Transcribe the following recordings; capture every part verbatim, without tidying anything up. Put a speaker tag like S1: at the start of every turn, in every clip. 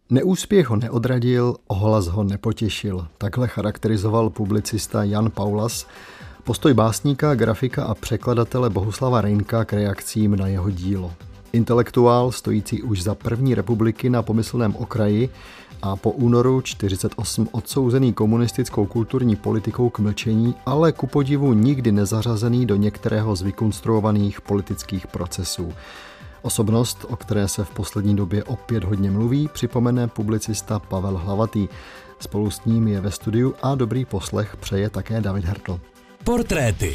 S1: Neúspěch ho neodradil, ohlas ho nepotěšil. Takhle charakterizoval publicista Jan Paulas postoj básníka, grafika a překladatele Bohuslava Reynka k reakcím na jeho dílo. Intelektuál stojící už za první republiky na pomyslném okraji a po únoru čtyřicet osm odsouzený komunistickou kulturní politikou k mlčení, ale ku podivu nikdy nezařazený do některého z vykonstruovaných politických procesů. Osobnost, o které se v poslední době opět hodně mluví, připomene publicista Pavel Hlavatý. Spolu s ním je ve studiu a dobrý poslech přeje také David Hertl.
S2: Portréty.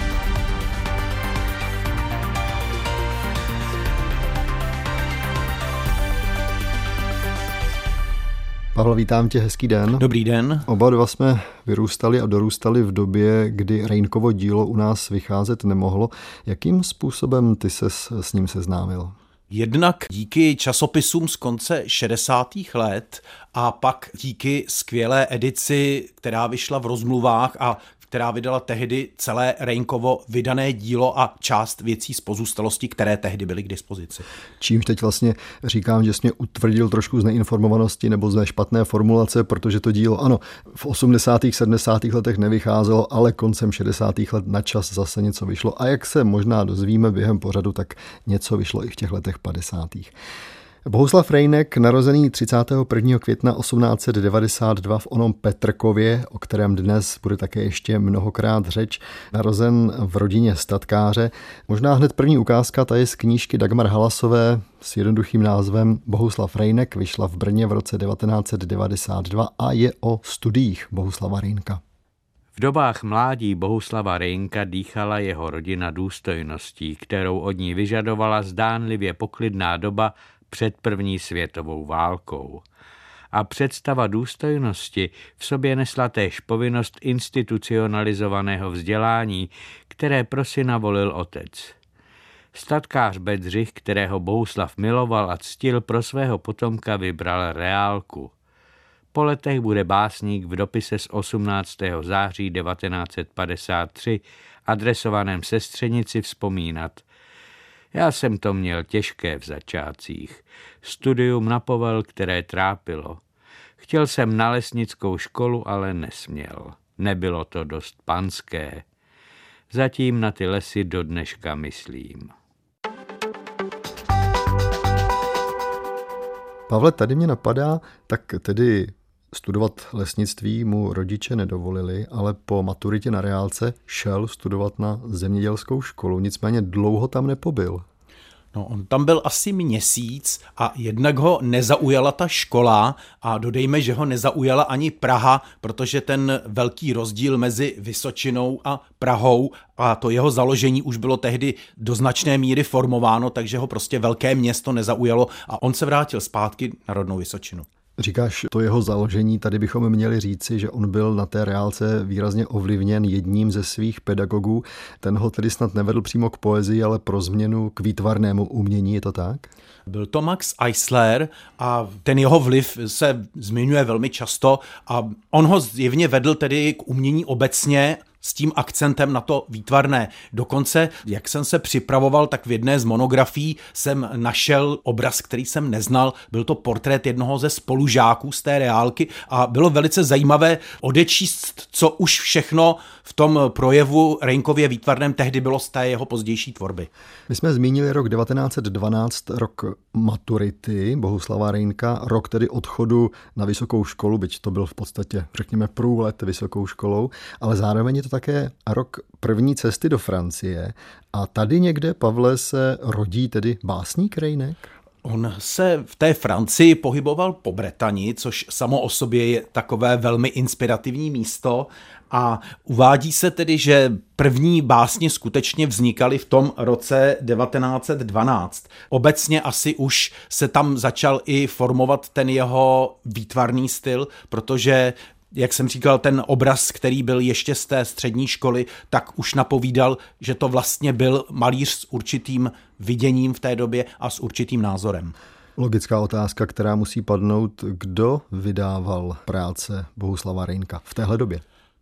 S1: Pavel, vítám tě, hezký den.
S3: Dobrý den.
S1: Oba dva jsme vyrůstali a dorůstali v době, kdy Reynkovo dílo u nás vycházet nemohlo. Jakým způsobem ty ses s ním seznámil?
S3: Jednak díky časopisům z konce šedesátých let a pak díky skvělé edici, která vyšla v Rozmluvách a která vydala tehdy celé Reynkovo vydané dílo a část věcí z pozůstalosti, které tehdy byly k dispozici.
S1: Čímž teď vlastně říkám, že jsi mě utvrdil trošku z neinformovanosti nebo z špatné formulace, protože to dílo, ano, v osmdesátých, sedmdesátých letech nevycházelo, ale koncem šedesátých let na čas zase něco vyšlo. A jak se možná dozvíme během pořadu, tak něco vyšlo i v těch letech padesátých. Bohuslav Rejnek, narozený třicátého prvního května osmnáct set devadesát dva v onom Petrkově, o kterém dnes bude také ještě mnohokrát řeč, narozen v rodině statkáře. Možná hned první ukázka, ta je z knížky Dagmar Halasové s jednoduchým názvem Bohuslav Rejnek, vyšla v Brně v roce devatenáct set devadesát dva a je o studiích Bohuslava Reynka.
S4: V dobách mládí Bohuslava Reynka dýchala jeho rodina důstojností, kterou od ní vyžadovala zdánlivě poklidná doba před první světovou válkou. A představa důstojnosti v sobě nesla též povinnost institucionalizovaného vzdělání, které pro syna volil otec. Statkář Bedřich, kterého Bohuslav miloval a ctil, pro svého potomka vybral reálku. Po letech bude básník v dopise z osmnáctého září devatenáct set padesát tři adresovaném sestřenici vzpomínat: Já jsem to měl těžké v začátcích. Studium na povel, které trápilo. Chtěl jsem na lesnickou školu, ale nesměl. Nebylo to dost panské. Zatím na ty lesy do dneška myslím.
S1: Pavle, tady mě napadá, tak tedy studovat lesnictví mu rodiče nedovolili, ale po maturitě na reálce šel studovat na zemědělskou školu, nicméně dlouho tam nepobyl.
S3: No, on tam byl asi měsíc a jednak ho nezaujala ta škola a dodejme, že ho nezaujala ani Praha, protože ten velký rozdíl mezi Vysočinou a Prahou a to jeho založení už bylo tehdy do značné míry formováno, takže ho prostě velké město nezaujalo a on se vrátil zpátky na rodnou Vysočinu.
S1: Říkáš to jeho založení, tady bychom měli říci, že on byl na té reálce výrazně ovlivněn jedním ze svých pedagogů. Ten ho tedy snad nevedl přímo k poezii, ale pro změnu k výtvarnému umění, je to tak?
S3: Byl to Max Eisler a ten jeho vliv se zmiňuje velmi často a on ho zjevně vedl tedy k umění obecně, s tím akcentem na to výtvarné. Dokonce, jak jsem se připravoval, tak v jedné z monografií jsem našel obraz, který jsem neznal. Byl to portrét jednoho ze spolužáků z té reálky a bylo velice zajímavé odečíst, co už všechno v tom projevu Reynkově výtvarném tehdy bylo z té jeho pozdější tvorby.
S1: My jsme zmínili rok devatenáct set dvanáct, rok maturity Bohuslava Reynka, rok tedy odchodu na vysokou školu, byť to byl v podstatě, řekněme, průlet vysokou školou, ale zároveň je to také rok první cesty do Francie. A tady někde, Pavle, se rodí tedy básník Reynek?
S3: On se v té Francii pohyboval po Bretani, což samo o sobě je takové velmi inspirativní místo a uvádí se tedy, že první básně skutečně vznikaly v tom roce devatenáct set dvanáct. Obecně asi už se tam začal i formovat ten jeho výtvarný styl, protože jak jsem říkal, ten obraz, který byl ještě z té střední školy, tak už napovídal, že to vlastně byl malíř s určitým viděním v té době a s určitým názorem.
S1: Logická otázka, která musí padnout, kdo vydával práce Bohuslava Reynka v téhle době?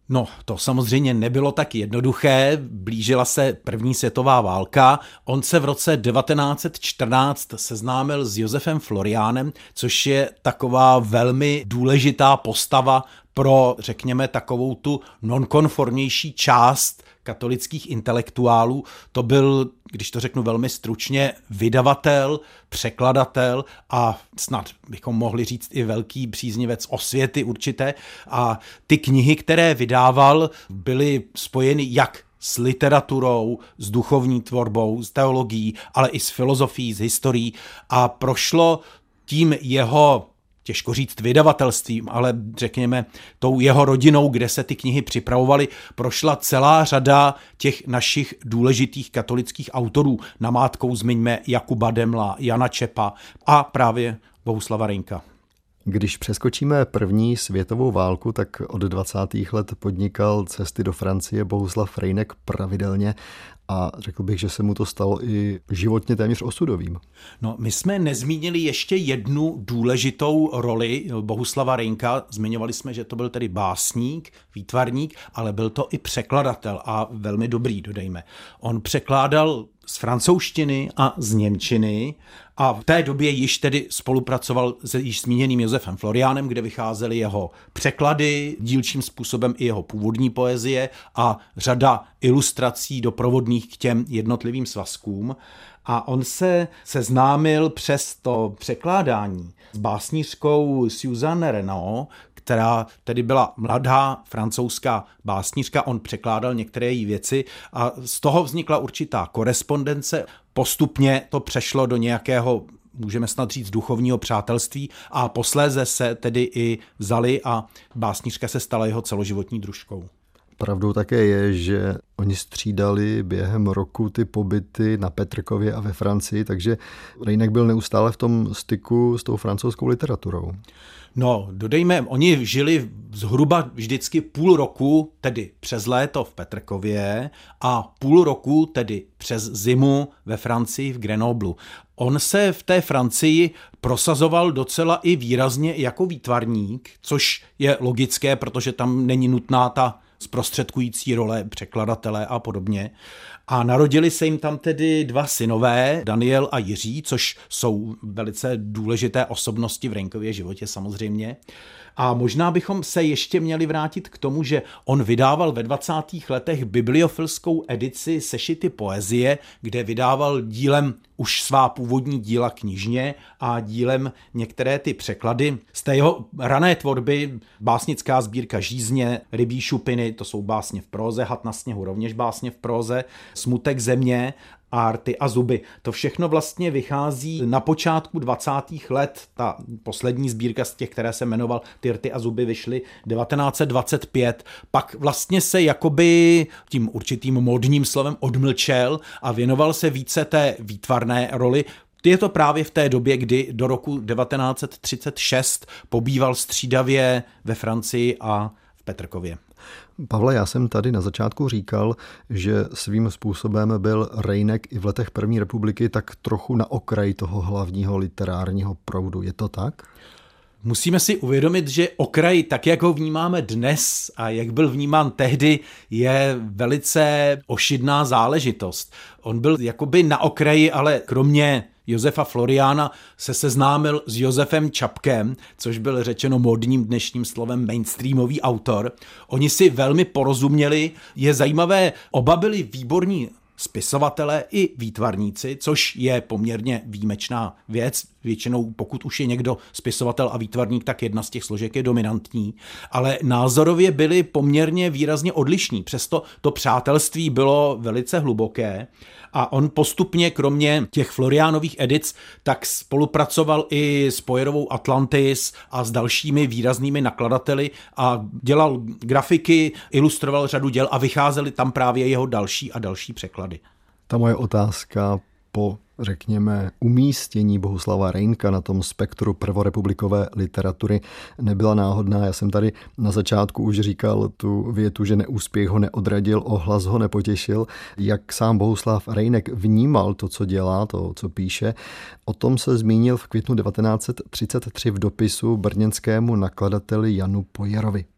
S3: No, to samozřejmě nebylo tak jednoduché, blížila se první světová válka, on se v roce devatenáct set čtrnáct seznámil s Josefem Floriánem, což je taková velmi důležitá postava pro, řekněme, takovou tu nonkonformnější část katolických intelektuálů. To byl, když to řeknu velmi stručně, vydavatel, překladatel a snad bychom mohli říct i velký příznivec osvěty určité. A ty knihy, které vydával, byly spojeny jak s literaturou, s duchovní tvorbou, s teologií, ale i s filozofií, s historií a prošlo tím jeho, těžko říct vydavatelstvím, ale řekněme tou jeho rodinou, kde se ty knihy připravovaly, prošla celá řada těch našich důležitých katolických autorů. Namátkou zmiňme Jakuba Demla, Jana Čepa a právě Bohuslava Reynka.
S1: Když přeskočíme první světovou válku, tak od dvacátých let podnikal cesty do Francie Bohuslav Reynek pravidelně a řekl bych, že se mu to stalo i životně téměř osudovým.
S3: No, my jsme nezmínili ještě jednu důležitou roli Bohuslava Reynka. Zmiňovali jsme, že to byl tedy básník, výtvarník, ale byl to i překladatel a velmi dobrý, dodejme. On překládal z francouzštiny a z němčiny a v té době již tedy spolupracoval s již zmíněným Josefem Floriánem, kde vycházely jeho překlady, dílčím způsobem i jeho původní poezie a řada ilustrací doprovodných k těm jednotlivým svazkům. A on se seznámil přes to překládání s básnířkou Suzanne Renaud, která tedy byla mladá francouzská básnířka, on překládal některé její věci a z toho vznikla určitá korespondence. Postupně to přešlo do nějakého, můžeme snad říct, duchovního přátelství a posléze se tedy i vzali a básnířka se stala jeho celoživotní družkou.
S1: Pravdou také je, že oni střídali během roku ty pobyty na Petrkově a ve Francii, takže Reynek byl neustále v tom styku s tou francouzskou literaturou.
S3: No, dodejme, oni žili zhruba vždycky půl roku, tedy přes léto v Petrkově a půl roku, tedy přes zimu ve Francii v Grenoblu. On se v té Francii prosazoval docela i výrazně jako výtvarník, což je logické, protože tam není nutná ta zprostředkující role překladatele a podobně. A narodili se jim tam tedy dva synové, Daniel a Jiří, což jsou velice důležité osobnosti v Reynkově životě samozřejmě. A možná bychom se ještě měli vrátit k tomu, že on vydával ve dvacátých letech bibliofilskou edici sešity poezie, kde vydával dílem už svá původní díla knižně a dílem některé ty překlady. Z té jeho rané tvorby básnická sbírka Žízně, Rybí šupiny, to jsou básně v próze, Had na sněhu rovněž básně v próze, Smutek země, a Rty a zuby. To všechno vlastně vychází na počátku dvacátých let. Ta poslední sbírka z těch, které se jmenoval Ty rty a zuby, vyšly devatenáct set dvacet pět. Pak vlastně se jakoby tím určitým módním slovem odmlčel a věnoval se více té výtvarné roli. Je to právě v té době, kdy do roku devatenáct set třicet šest pobýval střídavě ve Francii a v Petrkově.
S1: Pavle, já jsem tady na začátku říkal, že svým způsobem byl Reynek i v letech první republiky tak trochu na okraji toho hlavního literárního proudu. Je to tak?
S3: Musíme si uvědomit, že okraj, tak jak ho vnímáme dnes a jak byl vnímán tehdy, je velice ošidná záležitost. On byl jakoby na okraji, ale kromě Josefa Floriána se seznámil s Josefem Čapkem, což byl řečeno módním dnešním slovem mainstreamový autor. Oni si velmi porozuměli, je zajímavé, oba byli výborní spisovatelé i výtvarníci, což je poměrně výjimečná věc. Většinou, pokud už je někdo spisovatel a výtvarník, tak jedna z těch složek je dominantní. Ale názorově byli poměrně výrazně odlišní. Přesto to přátelství bylo velice hluboké. A on postupně, kromě těch Floriánových edic, tak spolupracoval i s Poyerovou Atlantis a s dalšími výraznými nakladateli a dělal grafiky, ilustroval řadu děl a vycházely tam právě jeho další a další překlady.
S1: Ta moje otázka po, řekněme, umístění Bohuslava Reynka na tom spektru prvorepublikové literatury nebyla náhodná. Já jsem tady na začátku už říkal tu větu, že neúspěch ho neodradil, ohlas ho nepotěšil. Jak sám Bohuslav Reynek vnímal to, co dělá, to, co píše, o tom se zmínil v květnu devatenáct set třicet tři v dopisu brněnskému nakladateli Janu Poyerovi.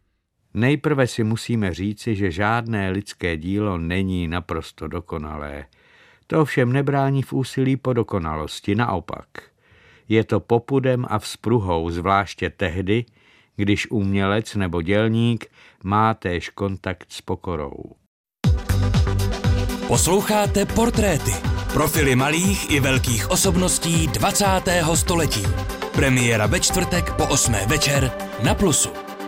S4: Nejprve si musíme říci, že žádné lidské dílo není naprosto dokonalé. To ovšem nebrání v úsilí po dokonalosti, naopak. Je to popudem a vzpruhou, zvláště tehdy, když umělec nebo dělník má též kontakt s pokorou.
S2: Posloucháte Portréty. Profily malých i velkých osobností dvacátého století. Premiéra ve čtvrtek po osmé večer na Plusu.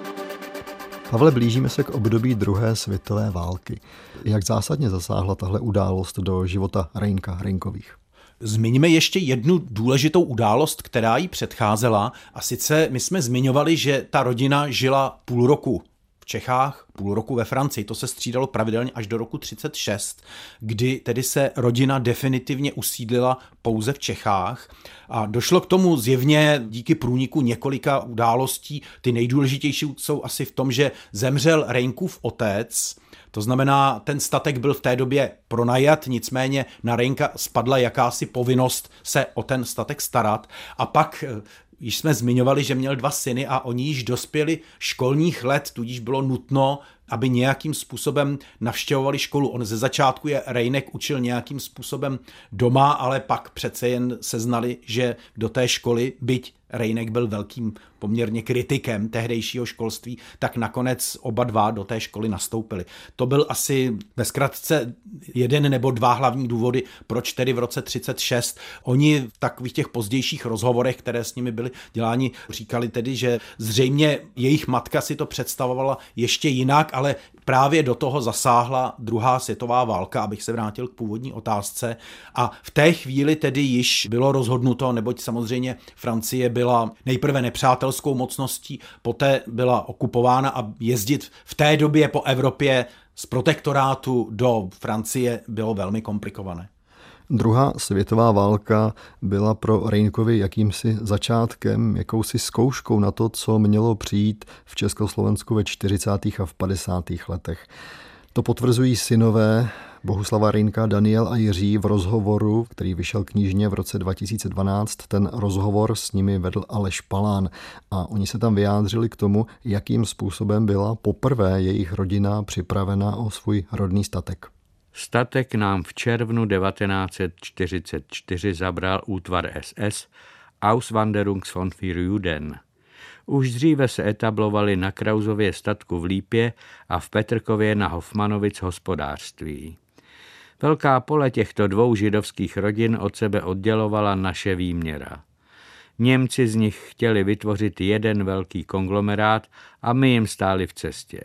S1: Pavle, blížíme se k období druhé světové války. Jak zásadně zasáhla tahle událost do života Reinka Reinkových?
S3: Zmiňme ještě jednu důležitou událost, která jí předcházela, a sice my jsme zmiňovali, že ta rodina žila půl roku v Čechách, půl roku ve Francii. To se střídalo pravidelně až do roku třicet šest, kdy tedy se rodina definitivně usídlila pouze v Čechách a došlo k tomu zjevně díky průniku několika událostí. Ty nejdůležitější jsou asi v tom, že zemřel Reinkův otec. To znamená, ten statek byl v té době pronajat, nicméně na Reinka spadla jakási povinnost se o ten statek starat. A pak již jsme zmiňovali, že měl dva syny a oni již dospěli školních let, tudíž bylo nutno, aby nějakým způsobem navštěvovali školu. On ze začátku je Reinek učil nějakým způsobem doma, ale pak přece jen seznali, že do té školy, byť Reinek byl velkým poměrně kritikem tehdejšího školství, tak nakonec oba dva do té školy nastoupili. To byl asi ve zkratce jeden nebo dva hlavní důvody, proč tedy v roce třicet šest oni v takových těch pozdějších rozhovorech, které s nimi byly děláni, říkali tedy, že zřejmě jejich matka si to představovala ještě jinak, ale právě do toho zasáhla druhá světová válka, abych se vrátil k původní otázce. A v té chvíli tedy již bylo rozhodnuto, neboť samozřejmě Francie byla nejprve nepřátelskou mocností, poté byla okupována a jezdit v té době po Evropě z protektorátu do Francie bylo velmi komplikované.
S1: Druhá světová válka byla pro Reinkovi jakýmsi začátkem, jakousi zkouškou na to, co mělo přijít v Československu ve čtyřicátých a v padesátých letech. To potvrzují synové Bohuslava Reinka, Daniel a Jiří v rozhovoru, který vyšel knižně v roce dva tisíce dvanáct. Ten rozhovor s nimi vedl Aleš Palán a oni se tam vyjádřili k tomu, jakým způsobem byla poprvé jejich rodina připravena o svůj rodný statek.
S4: Statek nám v červnu devatenáct set čtyřicet čtyři zabral útvar S S Auswanderungsfonds für Juden. Už dříve se etablovali na Krausově statku v Lípě a v Petrkově na Hofmanovic hospodářství. Velká pole těchto dvou židovských rodin od sebe oddělovala naše výměra. Němci z nich chtěli vytvořit jeden velký konglomerát a my jim stáli v cestě.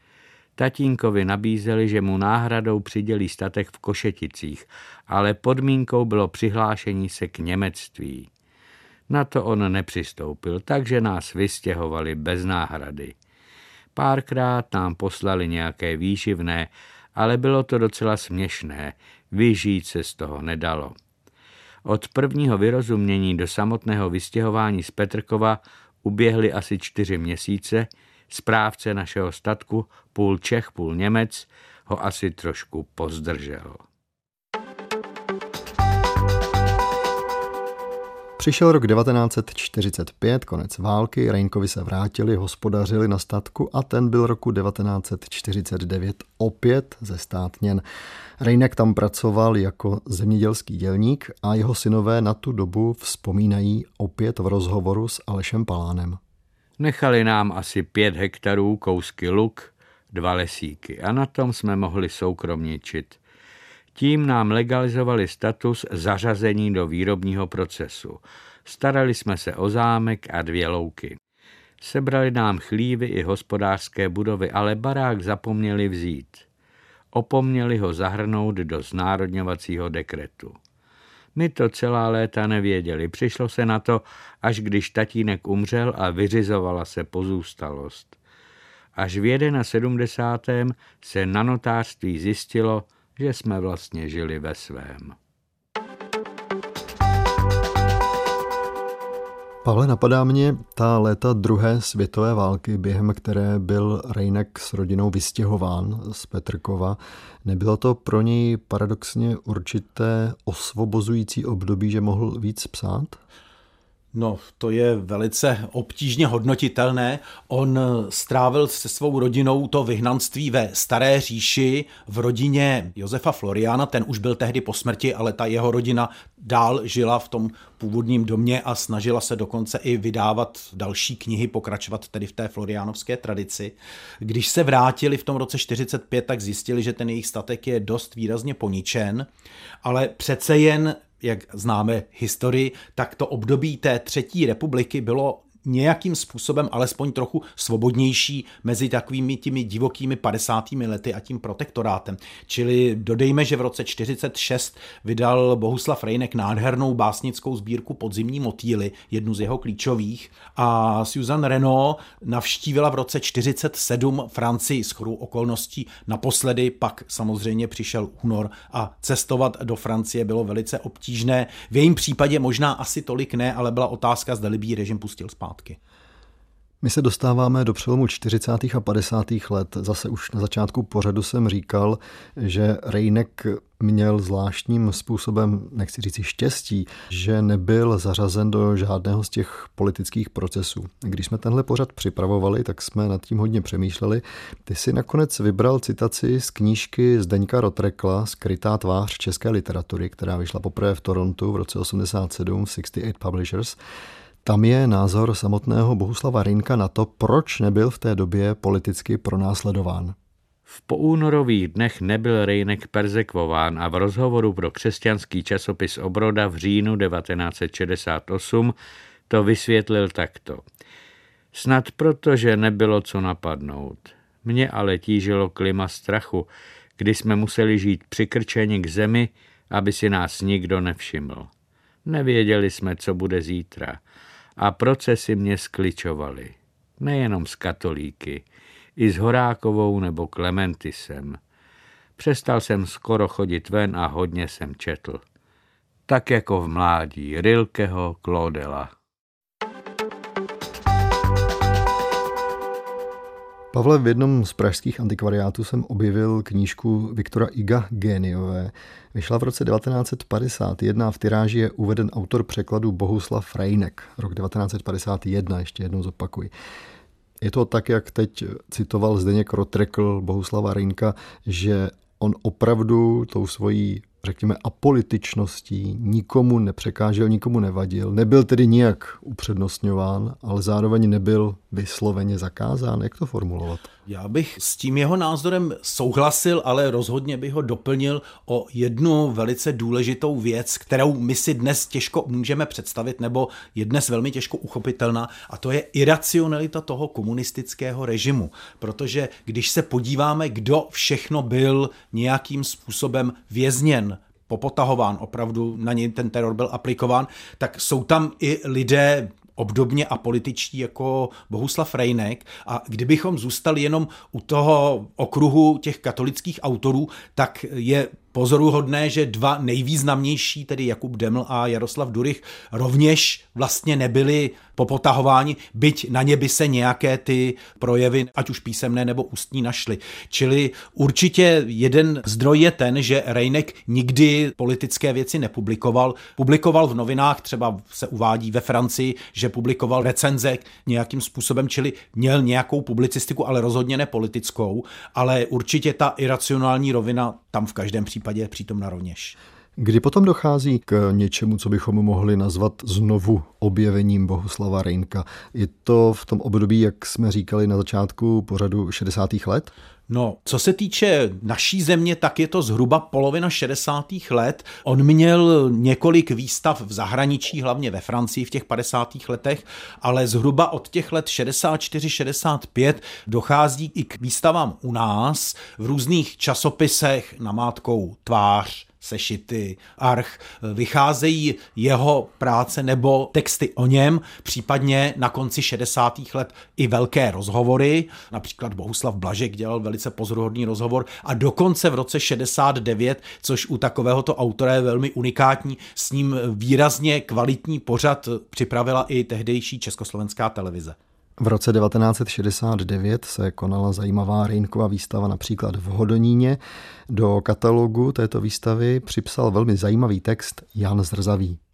S4: Tatínkovi nabízeli, že mu náhradou přidělí statek v Košeticích, ale podmínkou bylo přihlášení se k němectví. Na to on nepřistoupil, takže nás vystěhovali bez náhrady. Párkrát nám poslali nějaké výživné, ale bylo to docela směšné, vyžít se z toho nedalo. Od prvního vyrozumění do samotného vystěhování z Petrkova uběhly asi čtyři měsíce. Správce našeho statku, půl Čech, půl Němec, ho asi trošku pozdržel.
S1: Přišel rok devatenáct set čtyřicet pět, konec války, Reinkovi se vrátili, hospodařili na statku a ten byl roku devatenáct set čtyřicet devět opět zestátněn. Reinek tam pracoval jako zemědělský dělník a jeho synové na tu dobu vzpomínají opět v rozhovoru s Alešem Palánem.
S4: Nechali nám asi pět hektarů, kousky luk, dva lesíky a na tom jsme mohli soukromničit. Tím nám legalizovali status zařazení do výrobního procesu. Starali jsme se o zámek a dvě louky. Sebrali nám chlívy i hospodářské budovy, ale barák zapomněli vzít. Opomněli ho zahrnout do znárodňovacího dekretu. My to celá léta nevěděli. Přišlo se na to, až když tatínek umřel a vyřizovala se pozůstalost. Až v sedmdesátém prvním se na notářství zjistilo, že jsme vlastně žili ve svém.
S1: Pavle, napadá mě ta léta druhé světové války, během které byl Reinek s rodinou vystěhován z Petrkova. Nebylo to pro něj paradoxně určité osvobozující období, že mohl víc psát?
S3: No, to je velice obtížně hodnotitelné. On strávil se svou rodinou to vyhnanství ve Staré říši v rodině Josefa Floriana, ten už byl tehdy po smrti, ale ta jeho rodina dál žila v tom původním domě a snažila se dokonce i vydávat další knihy, pokračovat tedy v té floriánovské tradici. Když se vrátili v tom roce čtyřicet pět, tak zjistili, že ten jejich statek je dost výrazně poničen, ale přece jen, jak známe historii, tak to období té třetí republiky bylo nějakým způsobem alespoň trochu svobodnější mezi takovými těmi divokými padesátými lety a tím protektorátem. Čili dodejme, že v roce čtyřicet šest vydal Bohuslav Rejnek nádhernou básnickou sbírku Podzimní motýly, jednu z jeho klíčových, a Suzanne Renaud navštívila v roce čtyřicet sedm Francii shodou okolností naposledy, pak samozřejmě přišel únor a cestovat do Francie bylo velice obtížné. V jejím případě možná asi tolik ne, ale byla otázka, zda by jí režim pustil zpátky.
S1: My se dostáváme do přelomu čtyřicátých a padesátých let. Zase už na začátku pořadu jsem říkal, že Rejnek měl zvláštním způsobem, nechci říct štěstí, že nebyl zařazen do žádného z těch politických procesů. Když jsme tenhle pořad připravovali, tak jsme nad tím hodně přemýšleli. Ty si nakonec vybral citaci z knížky Zdeňka Rotrekla Skrytá tvář české literatury, která vyšla poprvé v Torontu v roce osmdesát sedm v šedesát osm Publishers. Tam je názor samotného Bohuslava Reynka na to, proč nebyl v té době politicky pronásledován.
S4: V poúnorových dnech nebyl Rejnek perzekvován a v rozhovoru pro křesťanský časopis Obroda v říjnu devatenáct set šedesát osm to vysvětlil takto. Snad protože nebylo co napadnout. Mě ale tížilo klima strachu, kdy jsme museli žít přikrčeni k zemi, aby si nás nikdo nevšiml. Nevěděli jsme, co bude zítra. A procesy mě skličovaly. Nejenom s katolíky, i s Horákovou nebo Klementisem. Přestal jsem skoro chodit ven a hodně jsem četl. Tak jako v mládí Rilkeho, Claudela.
S1: Pavle, v jednom z pražských antikvariátů jsem objevil knížku Viktora Iga Géniové. Vyšla v roce devatenáct set padesát jedna a v tiráži je uveden autor překladu Bohuslav Rejnek. Rok devatenáct set padesát jedna, ještě jednou zopakuj. Je to tak, jak teď citoval Zdeněk Rotrekl Bohuslava Reynka, že on opravdu tou svojí, řekněme, apolitičností nikomu nepřekážel, nikomu nevadil. Nebyl tedy nijak upřednostňován, ale zároveň nebyl vysloveně zakázán. Jak to formulovat?
S3: Já bych s tím jeho názorem souhlasil, ale rozhodně bych ho doplnil o jednu velice důležitou věc, kterou my si dnes těžko můžeme představit, nebo je dnes velmi těžko uchopitelná, a to je iracionalita toho komunistického režimu. Protože když se podíváme, kdo všechno byl nějakým způsobem vězněn, popotahován, opravdu na něj ten teror byl aplikován, tak jsou tam i lidé obdobně apolitičtí jako Bohuslav Rejnek, a kdybychom zůstali jenom u toho okruhu těch katolických autorů, tak je pozoruhodné, že dva nejvýznamnější, tedy Jakub Deml a Jaroslav Durych, rovněž vlastně nebyli popotahováni, byť na ně by se nějaké ty projevy, ať už písemné nebo ústní, našly. Čili určitě jeden zdroj je ten, že Rejnek nikdy politické věci nepublikoval. Publikoval v novinách, třeba se uvádí ve Francii, že publikoval recenze nějakým způsobem, čili měl nějakou publicistiku, ale rozhodně ne politickou, ale určitě ta iracionální rovina tam v každém případě je přítomna rovněž.
S1: Kdy potom dochází k něčemu, co bychom mohli nazvat znovu objevením Bohuslava Reynka? Je to v tom období, jak jsme říkali na začátku pořadu, šedesátých let?
S3: No, co se týče naší země, tak je to zhruba polovina šedesátých let. On měl několik výstav v zahraničí, hlavně ve Francii v těch padesátých letech, ale zhruba od těch let šedesát čtyři šedesát pět dochází i k výstavám u nás v různých časopisech namátkou Tvář, sešity, Arch, vycházejí jeho práce nebo texty o něm, případně na konci šedesátých let i velké rozhovory, například Bohuslav Blažek dělal velice pozoruhodný rozhovor, a dokonce v roce šedesát devět, což u takovéhoto autora je velmi unikátní, s ním výrazně kvalitní pořad připravila i tehdejší československá televize.
S1: V roce devatenáct set šedesát devět se konala zajímavá Rejnkova výstava například v Hodoníně. Do katalogu této výstavy připsal velmi zajímavý text Jan Zrzavý.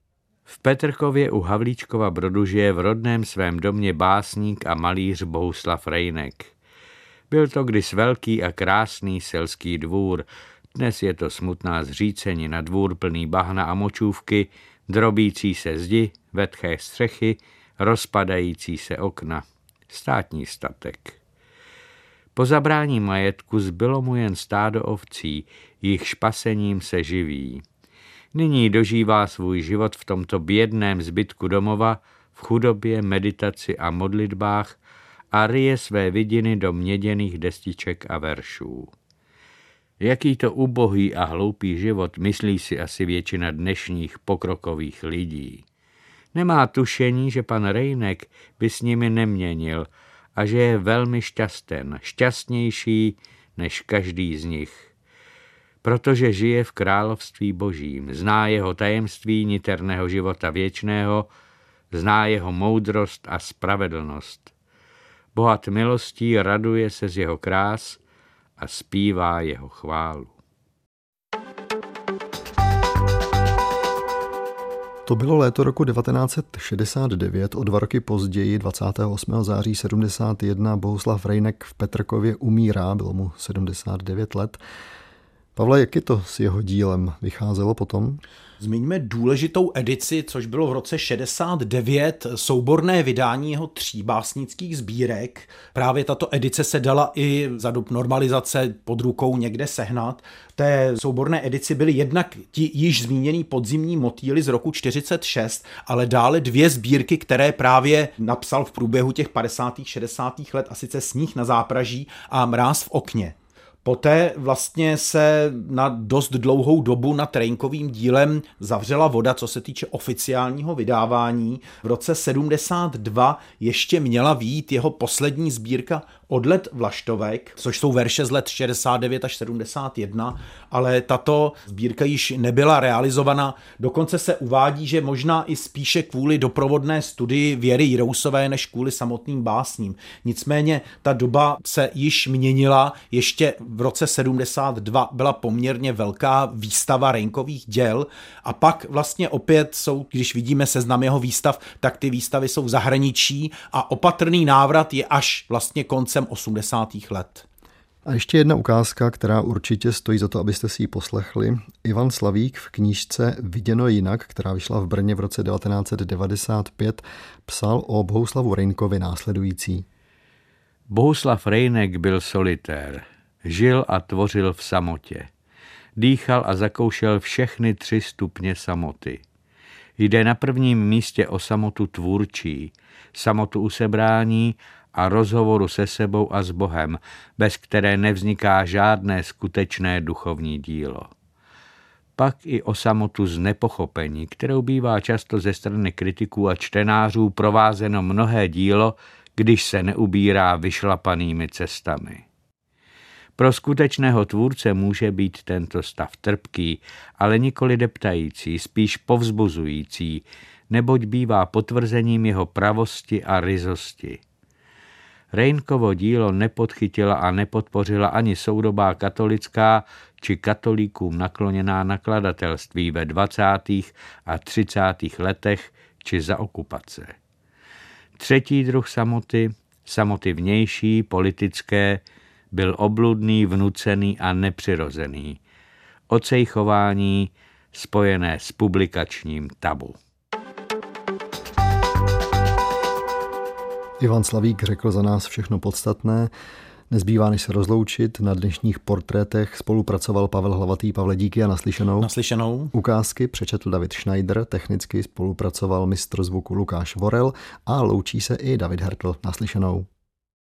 S4: V Petrkově u Havlíčkova Brodu žije v rodném svém domě básník a malíř Bohuslav Rejnek. Byl to kdys velký a krásný selský dvůr, dnes je to smutná zřícenina, dvůr plný bahna a močůvky, drobící se zdi, vetché střechy, rozpadající se okna. Státní statek. Po zabrání majetku zbylo mu jen stádo ovcí, jejich špasením se živí. Nyní dožívá svůj život v tomto bědném zbytku domova, v chudobě, meditaci a modlitbách a ryje své vidiny do měděných destiček a veršů. Jaký to ubohý a hloupý život, myslí si asi většina dnešních pokrokových lidí. Nemá tušení, že pan Rejnek by s nimi neměnil a že je velmi šťasten, šťastnější než každý z nich. Protože žije v království božím, zná jeho tajemství niterného života věčného, zná jeho moudrost a spravedlnost. Bohat milostí raduje se z jeho krás a zpívá jeho chválu.
S1: To bylo léto roku devatenáct set šedesát devět, o dva roky později, dvacátého osmého září sedmdesát jedna, Bohuslav Rejnek v Petrkově umírá, bylo mu sedmdesát devět let. Pavle, jak je to s jeho dílem? Vycházelo potom?
S3: Zmiňme důležitou edici, což bylo v roce šedesát devět, souborné vydání jeho tří básnických sbírek. Právě tato edice se dala i za dob normalizace pod rukou někde sehnat. V té souborné edici byly jednak ti již zmíněný Podzimní motýly z roku čtyřicet šest, ale dále dvě sbírky, které právě napsal v průběhu těch padesátých šedesátých let, a sice Sníh na zápraží a Mráz v okně. Poté vlastně se na dost dlouhou dobu nad Rejnkovým dílem zavřela voda, co se týče oficiálního vydávání. V roce sedmdesát dva ještě měla vyjít jeho poslední sbírka Odlet vlaštovek, což jsou verše z let šedesát devět až sedmdesát jedna, ale tato sbírka již nebyla realizovaná. Dokonce se uvádí, že možná i spíše kvůli doprovodné studii Věry Jirousové než kvůli samotným básním. Nicméně ta doba se již měnila. Ještě v roce sedmdesát dva byla poměrně velká výstava Rejnkových děl a pak vlastně opět jsou, když vidíme seznam jeho výstav, tak ty výstavy jsou v zahraničí a opatrný návrat je až vlastně koncem osmdesátých let.
S1: A ještě jedna ukázka, která určitě stojí za to, abyste si ji poslechli. Ivan Slavík v knížce Viděno jinak, která vyšla v Brně v roce devatenáct set devadesát pět, psal o Bohuslavu Rejnkovi následující.
S4: Bohuslav Rejnek byl solitér. Žil a tvořil v samotě. Dýchal a zakoušel všechny tři stupně samoty. Jde na prvním místě o samotu tvůrčí, samotu usebrání a rozhovoru se sebou a s Bohem, bez které nevzniká žádné skutečné duchovní dílo. Pak i o samotu z nepochopení, kterou bývá často ze strany kritiků a čtenářů provázeno mnohé dílo, když se neubírá vyšlapanými cestami. Pro skutečného tvůrce může být tento stav trpký, ale nikoli deptající, spíš povzbuzující, neboť bývá potvrzením jeho pravosti a ryzosti. Rejnkovo dílo nepodchytila a nepodpořila ani soudobá katolická či katolíkům nakloněná nakladatelství ve dvacátých a třicátých letech či za okupace. Třetí druh samoty, samoty vnější, politické, byl obludný, vnucený a nepřirozený. Ocejchování spojené s publikačním tabu.
S1: Ivan Slavík řekl za nás všechno podstatné. Nezbývá než se rozloučit. Na dnešních portrétech spolupracoval Pavel Hlavatý. Pavle, díky a naslyšenou.
S3: Naslyšenou.
S1: Ukázky přečetl David Schneider, technicky spolupracoval mistr zvuku Lukáš Vorel a loučí se i David Hertl. Naslyšenou.